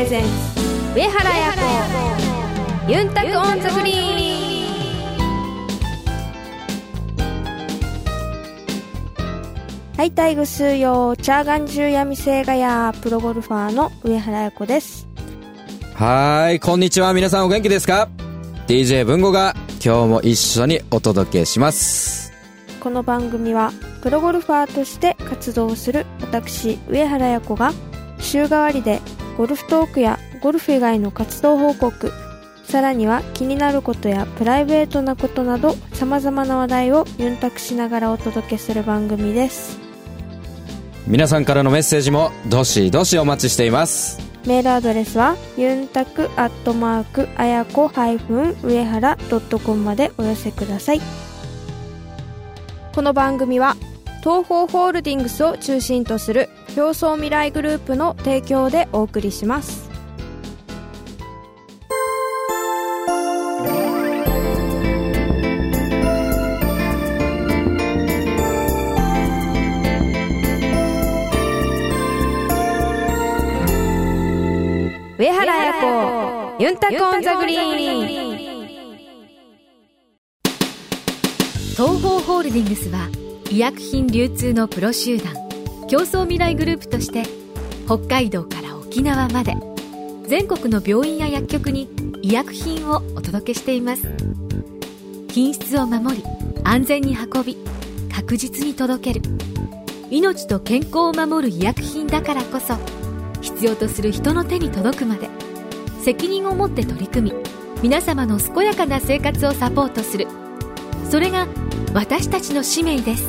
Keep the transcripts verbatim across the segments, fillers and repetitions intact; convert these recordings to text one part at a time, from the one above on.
レゼンツ上原彩子ユンタクオンザグリーン。はい、タイグスーヨーチャーガンジューヤミセイガヤプロゴルファーの上原彩子です。 はい、こんにちは。皆さんお元気ですか？ ディージェー 文吾が今日も一緒にお届けします。 この番組はプロゴルファーとして活動する私上原彩子が週替わりでゴルフトークやゴルフ以外の活動報告、さらには気になることやプライベートなことなど様々な話題をユンタクしながらお届けする番組です。 皆さんからのメッセージもどしどしお待ちしています。 メールアドレスはユンタクアットマークあやこ上原 .com までお寄せください。この番組は東方ホールディングスを中心とする表層未来グループの提供でお送りします。上原彩子ユンタクオンザグリーン。 東方ホールディングスは医薬品流通のプロ集団競争未来グループとして北海道から沖縄まで全国の病院や薬局に医薬品をお届けしています。品質を守り安全に運び確実に届ける、命と健康を守る医薬品だからこそ必要とする人の手に届くまで責任を持って取り組み、皆様の健やかな生活をサポートする、それが私たちの使命です。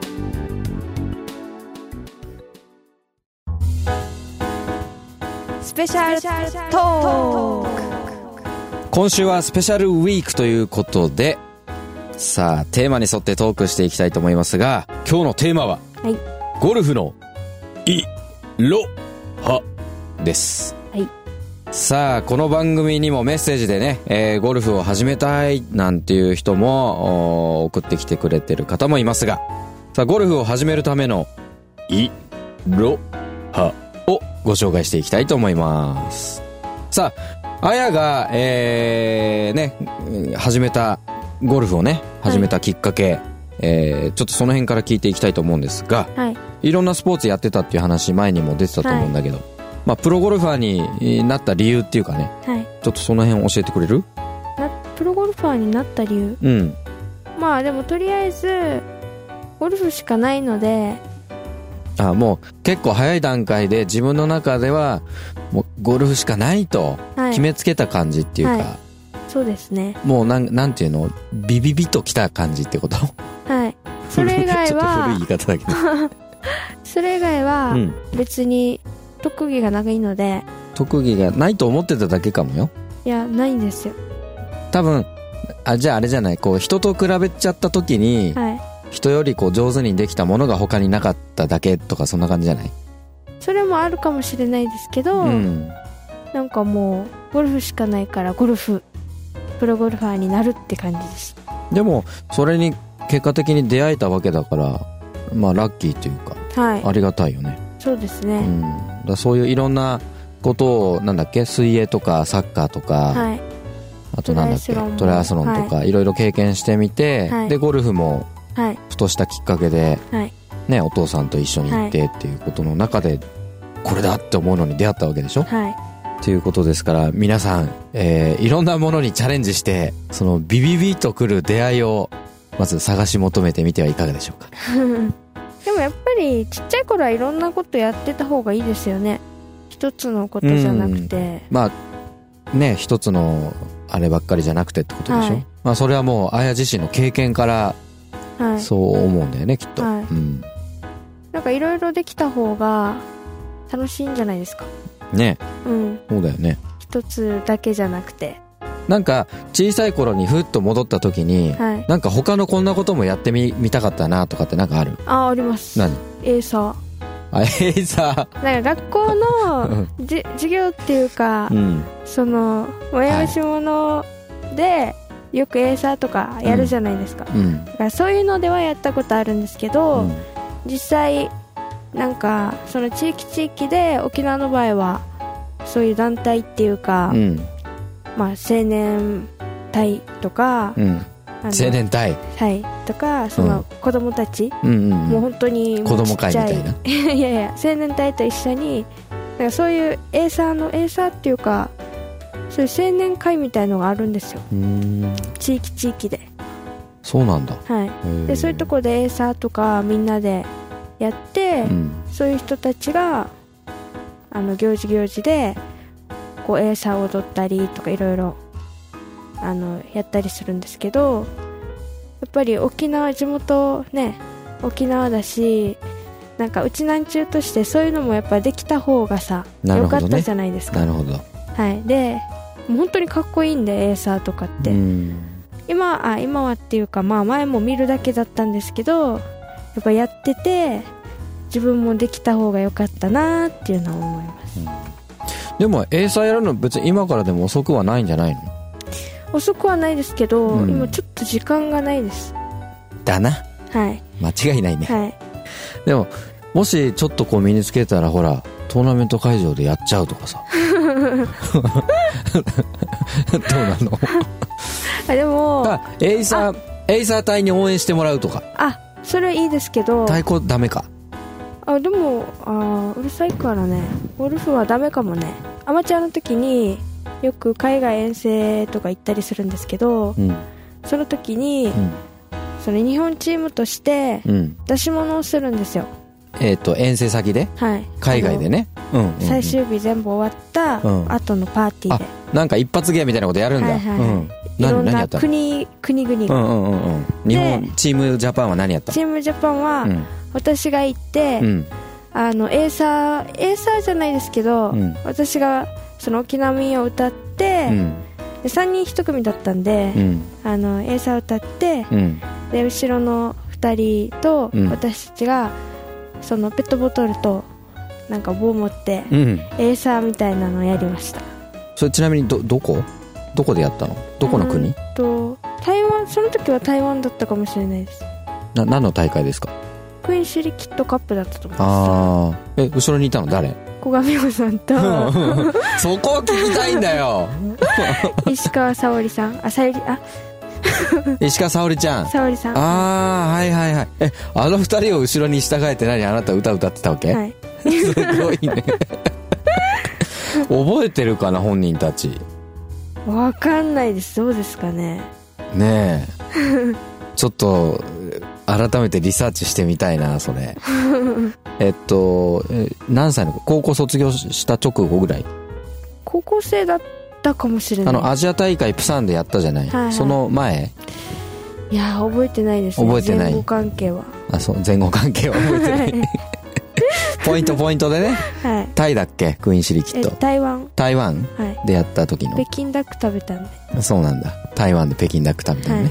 スペシャルトーク。 今週はスペシャルウィークということで、さあテーマに沿ってトークしていきたいと思いますが、今日のテーマは、はい、ゴルフのいろはです。はい、さあこの番組にもメッセージでね、えー、ゴルフを始めたいなんていう人も送ってきてくれてる方もいますが、さあゴルフを始めるためのいろはをご紹介していきたいと思います。さああやが、えー、ね始めたゴルフをね始めたきっかけ、はい、えー、ちょっとその辺から聞いていきたいと思うんですが、はい、いろんなスポーツやってたっていう話前にも出てたと思うんだけど、はい、まあ、プロゴルファーになった理由っていうかね、はい、ちょっとその辺教えてくれる？ なプロゴルファーになった理由、うん、まあでもとりあえずゴルフしかないので、 あ、もう結構早い段階で自分の中ではもうゴルフしかないと決めつけた感じっていうか、はいはい、 そうですね、 もうなん、なんていうの、ビビビときた感じってこと？ はい。それ以外はちょっと古い言い方だけどそれ以外は別に特技がないので、 うん、特技がないと思ってただけかもよ。 いや、ないんですよ多分。あ、じゃああれじゃない、こう人と比べちゃった時に、はい、人よりこう上手にできたものが他になかっただけとか、そんな感じじゃない？ それもあるかもしれないですけど、うん、なんかもうゴルフしかないからゴルフプロゴルファーになるって感じです。でもそれに結果的に出会えたわけだから、まあラッキーというか、はい、ありがたいよね。 そうですね、 うん、だそういういろんなことを、なんだっけ、水泳とかサッカーとか、はい、あとなんだっけ、トライアスロンとか、はい、いろいろ経験してみて、はい、でゴルフもふとしたきっかけで、はい、ね、お父さんと一緒に行ってっていうことの中で、これだって思うのに出会ったわけでしょ、はい、ということですから、皆さん、えー、いろんなものにチャレンジして、そのビビビとくる出会いをまず探し求めてみてはいかがでしょうかでもやっぱりちっちゃい頃はいろんなことやってた方がいいですよね。一つのことじゃなくて、 まあね、一つのあればっかりじゃなくてってことでしょ、はい、まあ、それはもうあや自身の経験からそう思うんだよね、きっと、はい、うん、 なんかいろいろできた方が楽しいんじゃないですかね。うん、そうだよね。 一つだけじゃなくて、 なんか小さい頃にふっと戻った時に、はい、なんか他のこんなこともやってみ見たかったなとかってなんかある？ あ、あります。 何？ エイサー。 あ、エイサー。 なんか学校のじ授業っていうか、うん、その催し物でよくエイサーとかやるじゃないですか、うん、だからそういうのではやったことあるんですけど、うん、実際なんかその地域地域で沖縄の場合はそそういう団体っていうか、うん、まあ、青年隊とか、うん、 青年隊、 はい、とかその子供たち、うんうんうん、もう本当に子供会みたいないやいや青年隊と一緒になんかそういうエーサーのエーサーっていうかそういう青年会みたいのがあるんですよ。うーん、地域地域で。 そうなんだ。 はい。でそういうとこでエーサーとかみんなでやって、うん、そういう人たちがあの行事行事でこうエーサーを踊ったりとかいろいろあのやったりするんですけど、やっぱり沖縄地元ね沖縄だし、なんかうちなんちゅうとしてそういうのもやっぱできた方がさ、ね、よかったじゃないですか。 なるほど。 はい。でもう本当にかっこいいんでエーサーとかって、うん、今あ今はっていうか、まあ前も見るだけだったんですけど、やっぱやってて自分もできた方が良かったなっていうのは思います、うん、 でもエーサーやるの別に今からでも遅くはないんじゃないの？ 遅くはないですけど、うん、今ちょっと時間がないですだな。 はい、 間違いないね、 はい、でももしちょっとこう身につけたらほらトーナメント会場でやっちゃうとかさどうなの？ あでもあエイサーエイサー隊に応援してもらうとか。 あそれいいですけど太鼓ダメか。 あでもあうるさいからねゴルフはダメかもね。アマチュアの時によく海外遠征とか行ったりするんですけど、うん、その時に、うん、その日本チームとして出し物をするんですよ、 うん、えっ、ー、と遠征先で、はい、海外でね、うんうんうん、 最終日全部終わった後のパーティーで、 うん、なんか一発芸みたいなことやるんだ、はいはいはい、うん、 いろんな国国々が、うんうんうんうん、日本チームジャパンは何やったの？ チームジャパンは、うん、私が行って、うん、あのエーサーエーサーじゃないですけど、うん、私がその沖縄民謡を歌って、うん、でさんにんいち組だったんで、うん、あのエーサーを歌って、うん、で後ろのふたりと私たちが、うん、そのペットボトルとなんか棒を持って、うん、エーサーみたいなのをやりました。 それちなみに ど, どこどこでやったの？どこの国？ と台湾。その時は台湾だったかもしれないです。 な何の大会ですか？ クイーンシリキッドカップだったと思います。 ああ、え後ろにいたの誰？ 古賀美穂さんとそこを聞きたいんだよ石川沙織さん、あさゆりあ石川沙織ちゃん、 沙織さん、 ああはいはいはい。えあの二人を後ろに従えて何あなた歌歌ってたわけ？はいすごいね覚えてるかな本人たち？ わかんないです。どうですかね。 ねえちょっと改めてリサーチしてみたいなそれえっとえ何歳の高校卒業した直後ぐらい？ 高校生だったかもしれない。 あのアジア大会プサンでやったじゃない、はいはい、その前？ いや覚えてないですね。 覚えてない。 前後関係はあそう前後関係は覚えてないポイントポイントでね、はい、タイだっけクイーンシリキッド？ 台湾台湾、はい、でやった時の北京ダック食べたんで。 そうなんだ。台湾で北京ダック食べたのね、はい、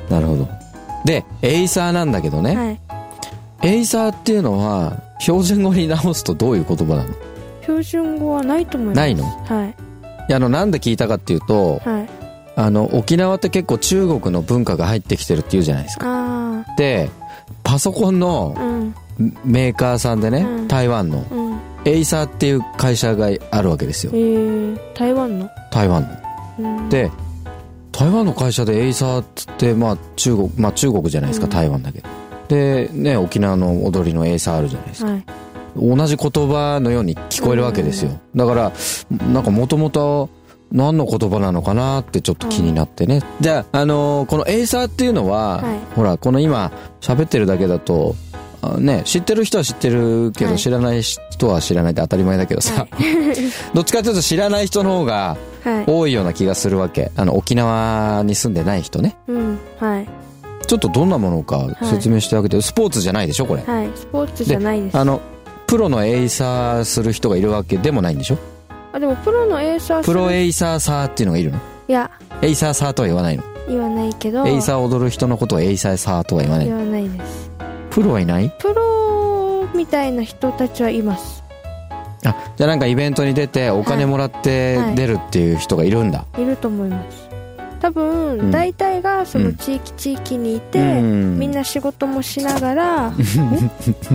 なるほど。でエイサーなんだけどね、はい、エイサーっていうのは標準語に直すとどういう言葉なの？ 標準語はないと思います。 ないの？はい。いやあのなんで聞いたかっていうと、はい、あの沖縄って結構中国の文化が入ってきてるっていうじゃないですか。あでパソコンのメーカーさんでね、うん、台湾の、うん、エイサーっていう会社があるわけですよ。 へー、台湾の？ 台湾の、うん、で台湾の会社でエイサーっつって、まあ中国、まあ中国じゃないですか、うん、台湾だけど。で、ね、沖縄の踊りのエイサーあるじゃないですか。はい、同じ言葉のように聞こえるわけですよ。だから、なんかもともと何の言葉なのかなってちょっと気になってね。うん、じゃあ、あのー、このエイサーっていうのは、はい、ほら、この今喋ってるだけだと、ね、知ってる人は知ってるけど、はい、知らない人は知らないって当たり前だけどさ、はい、どっちかというと知らない人の方が多いような気がするわけ。あの沖縄に住んでない人ね、うんはい、ちょっとどんなものか説明してあげて、はい、スポーツじゃないでしょこれ。 はい、スポーツじゃないです。であのプロのエイサーする人がいるわけでもないんでしょ？ あでもプロのエイサープロエイサーサーっていうのがいるの？ いやエイサーサーとは言わないの？ 言わないけどエイサー踊る人のことをエイサーサーとは言わない？ 言わないです。 プロはいない？ プロみたいな人たちはいます。 あ、じゃあなんかイベントに出てお金もらって出るっていう人がいるんだ。 はいはい、いると思います。多分、うん、大体がその地域地域にいて、うん、みんな仕事もしながら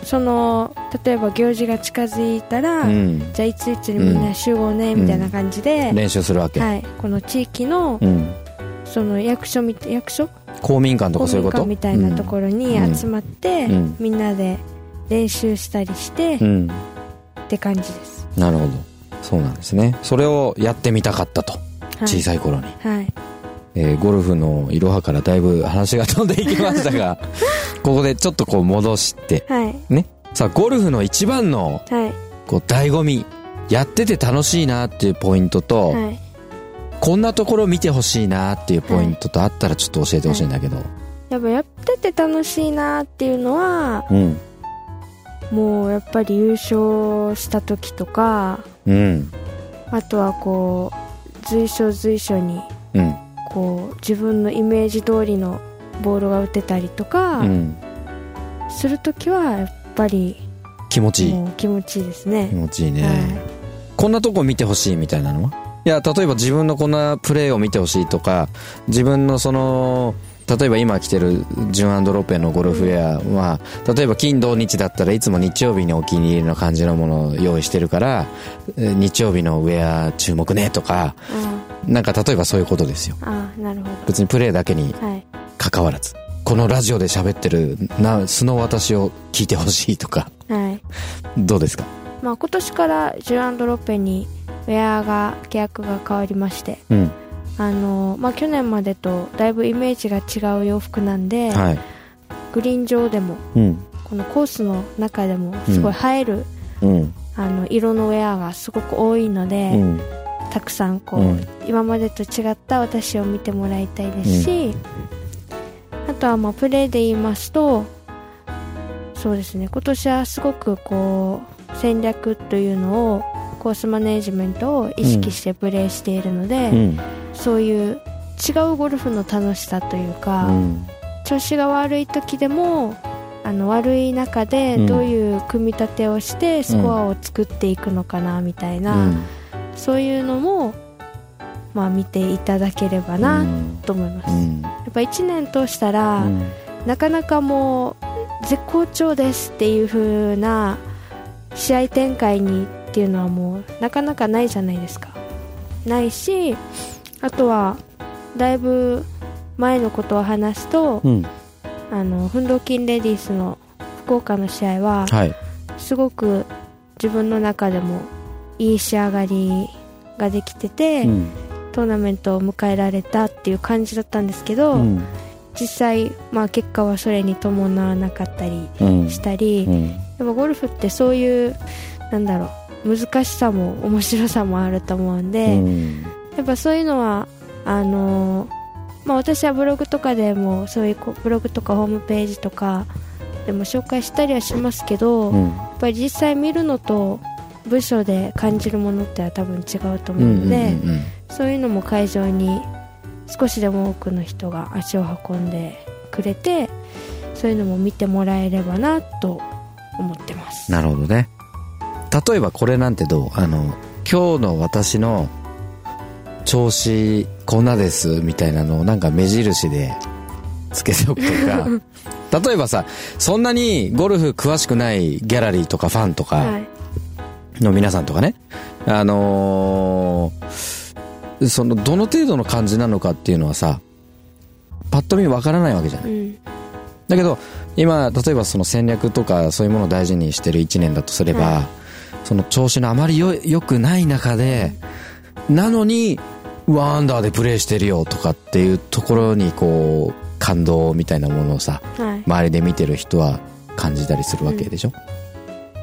その例えば行事が近づいたら、うん、じゃあいついつにみんな集合ね、うん、みたいな感じで、 うん、練習するわけ、 はい、この地域の、うん、その役所み役所公民館とかそういうこと公民館みたいなところに集まって、うん、みんなで練習したりして、うん、って感じです。 なるほど、そうなんですね。それをやってみたかったと、はい、小さい頃に、はい、えー、ゴルフのいろはからだいぶ話が飛んでいきましたがここでちょっとこう戻して、はい、ね、さあゴルフの一番の、はい、こう醍醐味、やってて楽しいなっていうポイントと、はい、こんなところ見てほしいなっていうポイントとあったらちょっと教えてほしいんだけど、はい、 やっぱやってて楽しいなっていうのは、うん、もうやっぱり優勝した時とか、うん、あとはこう随所随所に、うん、こう自分のイメージ通りのボールが打てたりとか、うん、するときはやっぱり気持ちいい、 もう気持ちいいですね。 気持ちいいね、はい、こんなとこ見てほしいみたいなのは、いや例えば自分のこんなプレーを見てほしいとか、自分のその例えば今着てるジュン&ロペのゴルフウェアは、うん、例えば金土日だったらいつも日曜日にお気に入りの感じのものを用意してるから日曜日のウェア注目ねとか、うん、なんか例えばそういうことですよ。 あ、なるほど。 別にプレーだけに関わらず、はい、このラジオで喋ってるな素の私を聞いてほしいとか、はい、どうですか。 まあ、今年からジュン&ロペにウェアが契約が変わりまして、うん、あのまあ、去年までとだいぶイメージが違う洋服なんで、はい、グリーン上でも、うん、このコースの中でもすごい映える、うん、あの色のウェアがすごく多いので、うん、たくさんこう、うん、今までと違った私を見てもらいたいですし、うん、あとはまあプレーで言いますと、そうですね、今年はすごくこう戦略というのをコースマネージメントを意識してプレーしているので、うん、そういう違うゴルフの楽しさというか、うん、調子が悪い時でもあの悪い中でどういう組み立てをしてスコアを作っていくのかなみたいな、うん、そういうのも、まあ、見ていただければなと思います、うん、やっぱいちねん通したら、うん、なかなかもう絶好調ですっていう風な試合展開にっていうのはもうなかなかないじゃないですか。ないし、あとはだいぶ前のことを話すと、うん、あの奮闘金レディースの福岡の試合は、はい、すごく自分の中でもいい仕上がりができてて、うん、トーナメントを迎えられたっていう感じだったんですけど、うん、実際、まあ、結果はそれに伴わなかったりしたり、うんうん、やっぱゴルフってそういうなんだろう難しさも面白さもあると思うんで、うん、やっぱそういうのはあのーまあ、私はブログとかでもそういうブログとかホームページとかでも紹介したりはしますけど、うん、やっぱり実際見るのと部署で感じるものっては多分違うと思うので、うんうんうんうん、そういうのも会場に少しでも多くの人が足を運んでくれて、そういうのも見てもらえればなと思ってます。 なるほどね。例えばこれなんてどう、あの今日の私の調子こんなですみたいなのをなんか目印でつけておくとか例えばさ、そんなにゴルフ詳しくないギャラリーとかファンとかの皆さんとかね、はい、あのー、そのどの程度の感じなのかっていうのはさパッと見わからないわけじゃない、うん、だけど今例えばその戦略とかそういうものを大事にしてるいちねんだとすれば、はい、その調子のあまりよ良くない中で、うん、なのにワンアンダーでプレーしてるよとかっていうところにこう感動みたいなものをさ、はい、周りで見てる人は感じたりするわけでしょ、うん、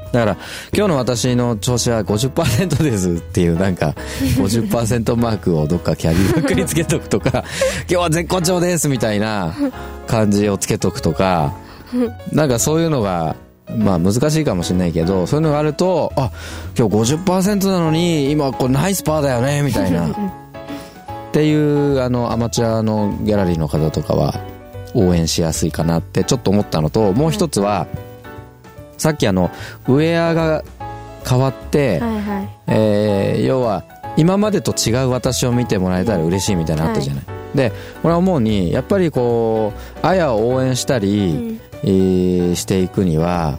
だから今日の私の調子は ごじゅっパーセント ですっていうなんか ごじゅっパーセント マークをどっかキャディバッグにつけとくとか今日は絶好調ですみたいな感じをつけとくとかなんかそういうのがまあ難しいかもしれないけど、そういうのがあると、あ、今日 ごじゅっパーセント なのに今これナイスパーだよねみたいなっていうあのアマチュアのギャラリーの方とかは応援しやすいかなってちょっと思ったのと、もう一つはさっきあのウェアが変わって、はいはい、えー、要は今までと違う私を見てもらえたら嬉しいみたいなのあったじゃない、はい、で俺は思うにやっぱりこうあやを応援したり、うん、えー、していくには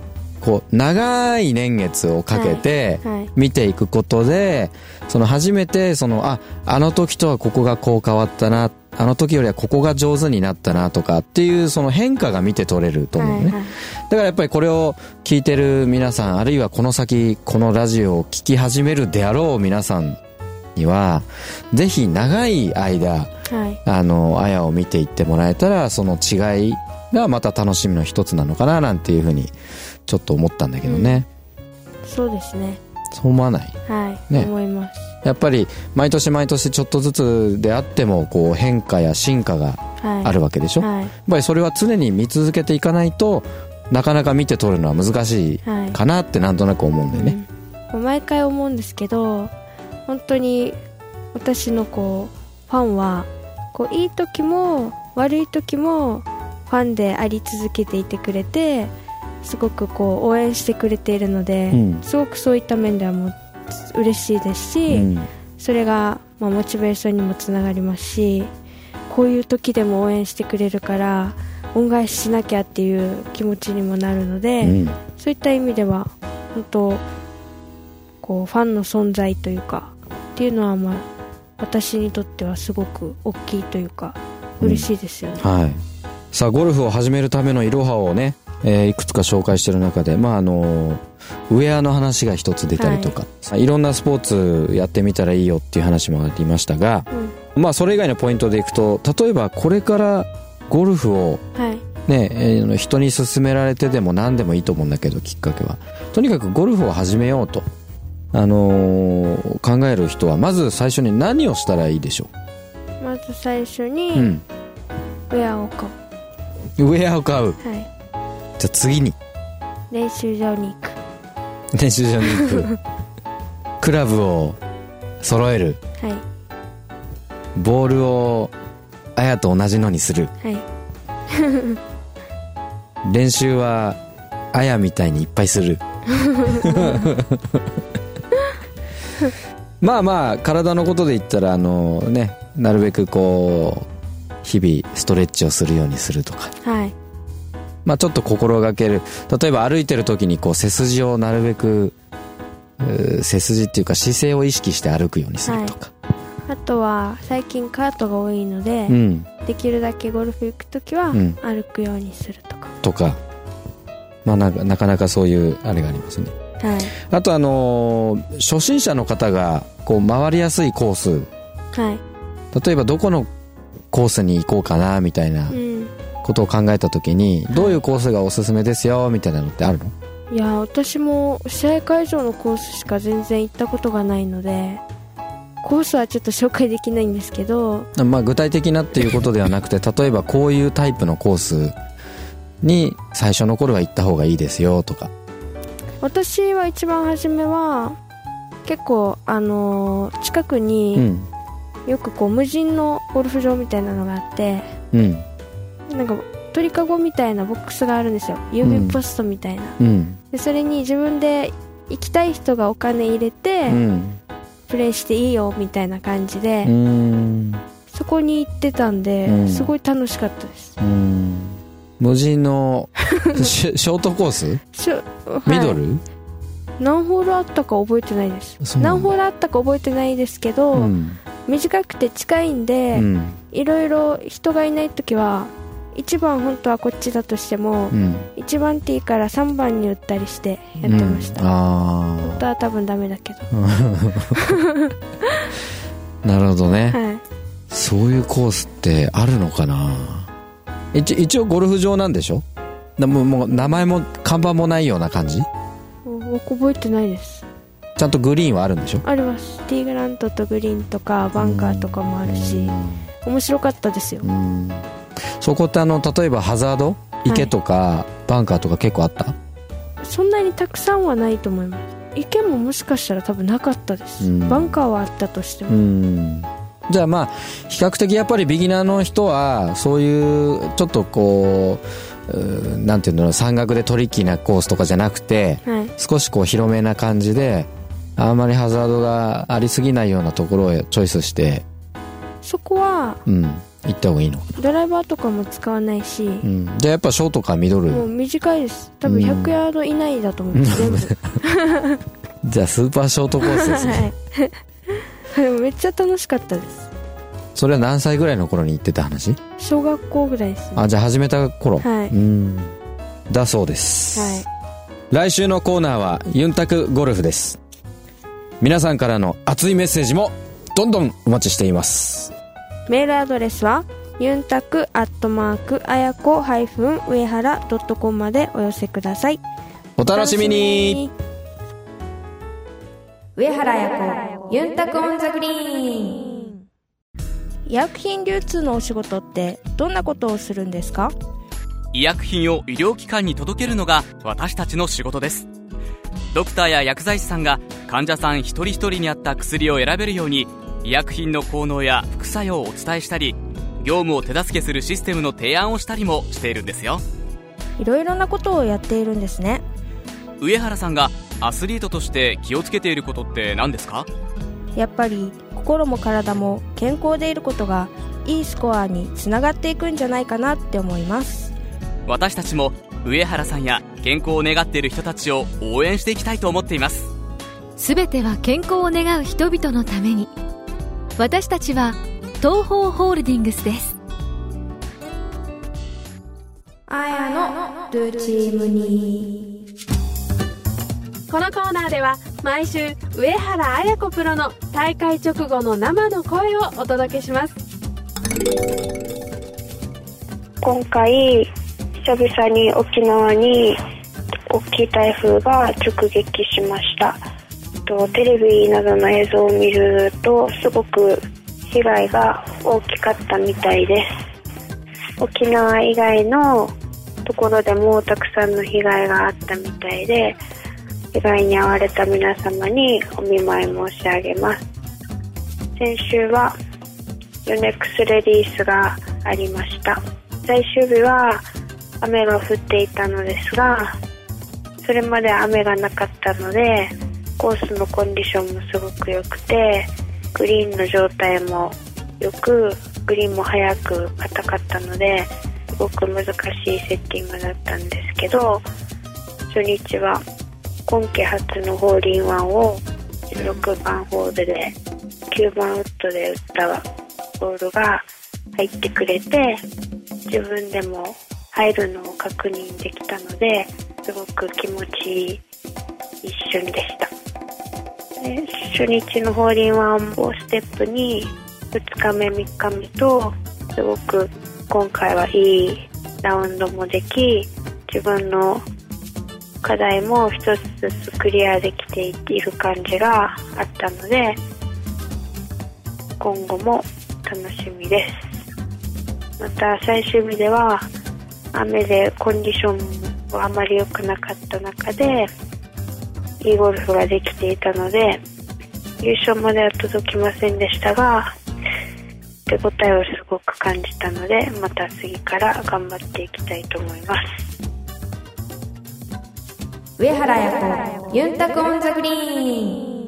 こう長い年月をかけて見ていくことで、その初めてそのああの時とはここがこう変わったな、あの時よりはここが上手になったなとかっていうその変化が見て取れると思うね、はいはい、だからやっぱりこれを聞いてる皆さん、あるいはこの先このラジオを聞き始めるであろう皆さんにはぜひ長い間、はい、あのあやを見ていってもらえたらその違いがまた楽しみの一つなのかななんていうふうにちょっと思ったんだけどね、 うん、そうですね。 そう思わない？ はい、ね、思います。 やっぱり毎年毎年ちょっとずつであってもこう変化や進化があるわけでしょ、はいはい、やっぱりそれは常に見続けていかないとなかなか見て取るのは難しいかなってなんとなく思うんだよね、 はい、うん、毎回思うんですけど、本当に私のこうファンはこういい時も悪い時もファンであり続けていてくれて、すごくこう応援してくれているので、うん、すごくそういった面ではもう嬉しいですし、うん、それがまあモチベーションにもつながりますし、こういう時でも応援してくれるから恩返ししなきゃっていう気持ちにもなるので、うん、そういった意味では本当こうファンの存在というかっていうのは、まあ私にとってはすごく大きいというか嬉しいですよね、 うん、はい。さあゴルフを始めるためのいろはをね、えー、いくつか紹介してる中で、まああのウェアの話が一つ出たりとか、はい、いろんなスポーツやってみたらいいよっていう話もありましたが、うん、まあそれ以外のポイントでいくと、例えばこれからゴルフをね、はい、えー、人に勧められてでも何でもいいと思うんだけど、きっかけはとにかくゴルフを始めようと、あのー、考える人はまず最初に何をしたらいいでしょう？まず最初に、うん、ウェアを買う。ウェアを買う、はい、じゃあ次に練習場に行く。 練習場に行くクラブを揃える、はい、ボールをあやと同じのにする、はい、練習はあやみたいにいっぱいするまあまあ体のことで言ったらあのね、なるべくこう日々ストレッチをするようにするとか、はい、まあちょっと心がける。例えば歩いてる時にこう背筋をなるべく背筋っていうか姿勢を意識して歩くようにするとか、 はい、あとは最近カートが多いので、うん、できるだけゴルフ行く時は歩くようにするとか、うん、とか、 まあな、なかなかそういうあれがありますね、はい、あとあのー、初心者の方がこう回りやすいコース、はい、例えばどこのコースに行こうかなみたいなことを考えた時に、うん、どういうコースがおすすめですよみたいなのってあるの？ いや私も試合会場のコースしか全然行ったことがないのでコースはちょっと紹介できないんですけど、 まあ、具体的なっていうことではなくて例えばこういうタイプのコースに最初の頃は行った方がいいですよとか。 私は一番初めは結構あのー、近くに、うん、よくこう無人のゴルフ場みたいなのがあって、うん、なんか鳥かごみたいなボックスがあるんですよ、郵便ポストみたいな、うん、でそれに自分で行きたい人がお金入れて、うん、プレイしていいよみたいな感じで、うん、そこに行ってたんで、うん、すごい楽しかったです、うん、 無人のショートコースショ、はい、ミドル何ホールあったか覚えてないです。何ホールあったか覚えてないですけど、うん、短くて近いんで、うん、いろいろ人がいないときはいちばん本当はこっちだとしても、うん、いちばんティーからさんばんに打ったりしてやってました、うん、あ本当は多分ダメだけどなるほどね、はい、そういうコースってあるのかな。一, 一応ゴルフ場なんでしょ。もう、もう名前も看板もないような感じ。 覚えてないです。 ちゃんとグリーンはあるんでしょ。 あります。ティーグラントとグリーンとかバンカーとかもあるし面白かったですよ。うん、 そこってあの例えばハザード池とかバンカーとか結構あった、はい、 そんなにたくさんはないと思います。池ももしかしたら多分なかったです、うん、バンカーはあったとしても、うん、 じゃあまあ比較的やっぱりビギナーの人はそういうちょっとこうなんていうの山岳でトリッキーなコースとかじゃなくて、はい、少しこう広めな感じであんまりハザードがありすぎないようなところをチョイスして、 そこは、うん、 行った方がいいの？ ドライバーとかも使わないし、うん、 でやっぱショートかミドル？ もう短いです。多分ひゃくヤード以内だと思うんです、全部じゃあスーパーショートコースですねはいでもめっちゃ楽しかったです。 それは何歳ぐらいの頃に行ってた話？ 小学校ぐらいですね。 あ、じゃあ始めた頃。 はい。 うん。だそうです。 はい。 来週のコーナーはユンタクゴルフです。皆さんからの熱いメッセージもどんどんお待ちしています。 メールアドレスはユンタクアットマークあやこ上原ドットコムまでお寄せください。 お楽しみに。 上原彩子ユンタクオンザグリーン。医薬品流通のお仕事ってどんなことをするんですか？ 医薬品を医療機関に届けるのが私たちの仕事です。ドクターや薬剤師さんが患者さん一人一人に合った薬を選べるように医薬品の効能や副作用をお伝えしたり、業務を手助けするシステムの提案をしたりもしているんですよ。 いろいろなことをやっているんですね。 上原さんがアスリートとして気をつけていることって何ですか？ やっぱり心も体も健康でいることがいいスコアにつながっていくんじゃないかなって思います。 私たちも上原さんや健康を願っている人たちを応援していきたいと思っています。 すべては健康を願う人々のために。私たちは東方ホールディングスです。 あやのルーチームに。 このコーナーでは毎週上原彩子プロの大会直後の生の声をお届けします。 今回久々に沖縄に大きい台風が直撃しました。テレビなどの映像を見るとすごく被害が大きかったみたいです。沖縄以外のところでもたくさんの被害があったみたいで、被害に遭われた皆様にお見舞い申し上げます。先週はヨネックスレディースがありました。最終日は雨が降っていたのですが、それまで雨がなかったのでコースのコンディションもすごく良くて、グリーンの状態も良く、グリーンも速く硬かったのですごく難しいセッティングだったんですけど、初日は今季初のホールインワンをじゅうろくばんホールできゅうばんウッドで打ったボールが入ってくれて、自分でも入るのを確認できたので、すごく気持ちいい一瞬でした。で、初日のホールインワンをステップにふつかめみっかめとすごく今回はいいラウンドもでき、自分の課題も一つずつクリアできている感じがあったので、今後も楽しみです。また最終日では雨でコンディションもあまり良くなかった中でいいゴルフができていたので、優勝までは届きませんでしたが手応えをすごく感じたので、また次から頑張っていきたいと思います。 上原彩子ユンタクオンザグリーン。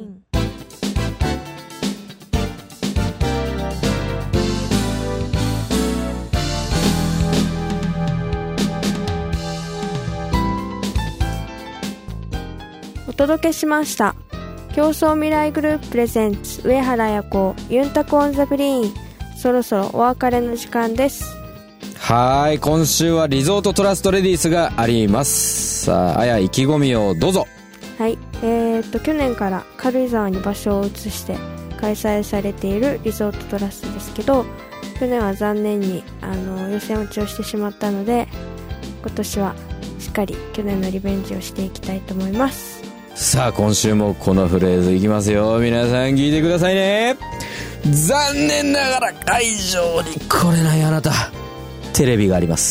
お届けしました競争未来グループプレゼンツ上原彩子ユンタクオンザグリーン。そろそろお別れの時間です。 はい、今週はリゾートトラストレディースがあります。さあ、あや意気込みをどうぞ。 はい、えー、っと去年から軽井沢に場所を移して開催されているリゾートトラストですけど、去年は残念にあの予選落ちをしてしまったので、今年はしっかり去年のリベンジをしていきたいと思います。 さあ、今週もこのフレーズいきますよ。皆さん聞いてくださいね。残念ながら会場に来れないあなた、テレビがあります。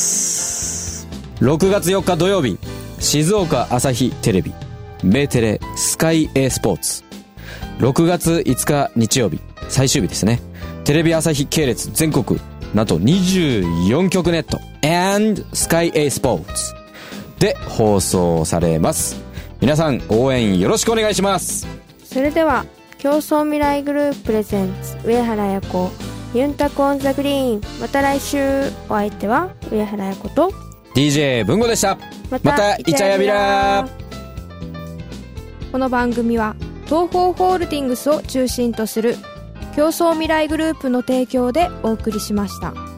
ろくがつよっか土曜日、静岡朝日テレビメテレスカイ A スポーツ。ろくがついつか日曜日、最終日ですね。テレビ朝日系列全国なんとにじゅうよんきょくネット and スカイ A スポーツで放送されます。皆さん応援よろしくお願いします。 それでは競争未来グループプレゼンツ上原彩子ユンタクオンザグリーン。また来週。お相手は上原彩子とディージェー 文吾でした。またイチャヤビラ。 この番組は東方ホールディングスを中心とする競争未来グループの提供でお送りしました。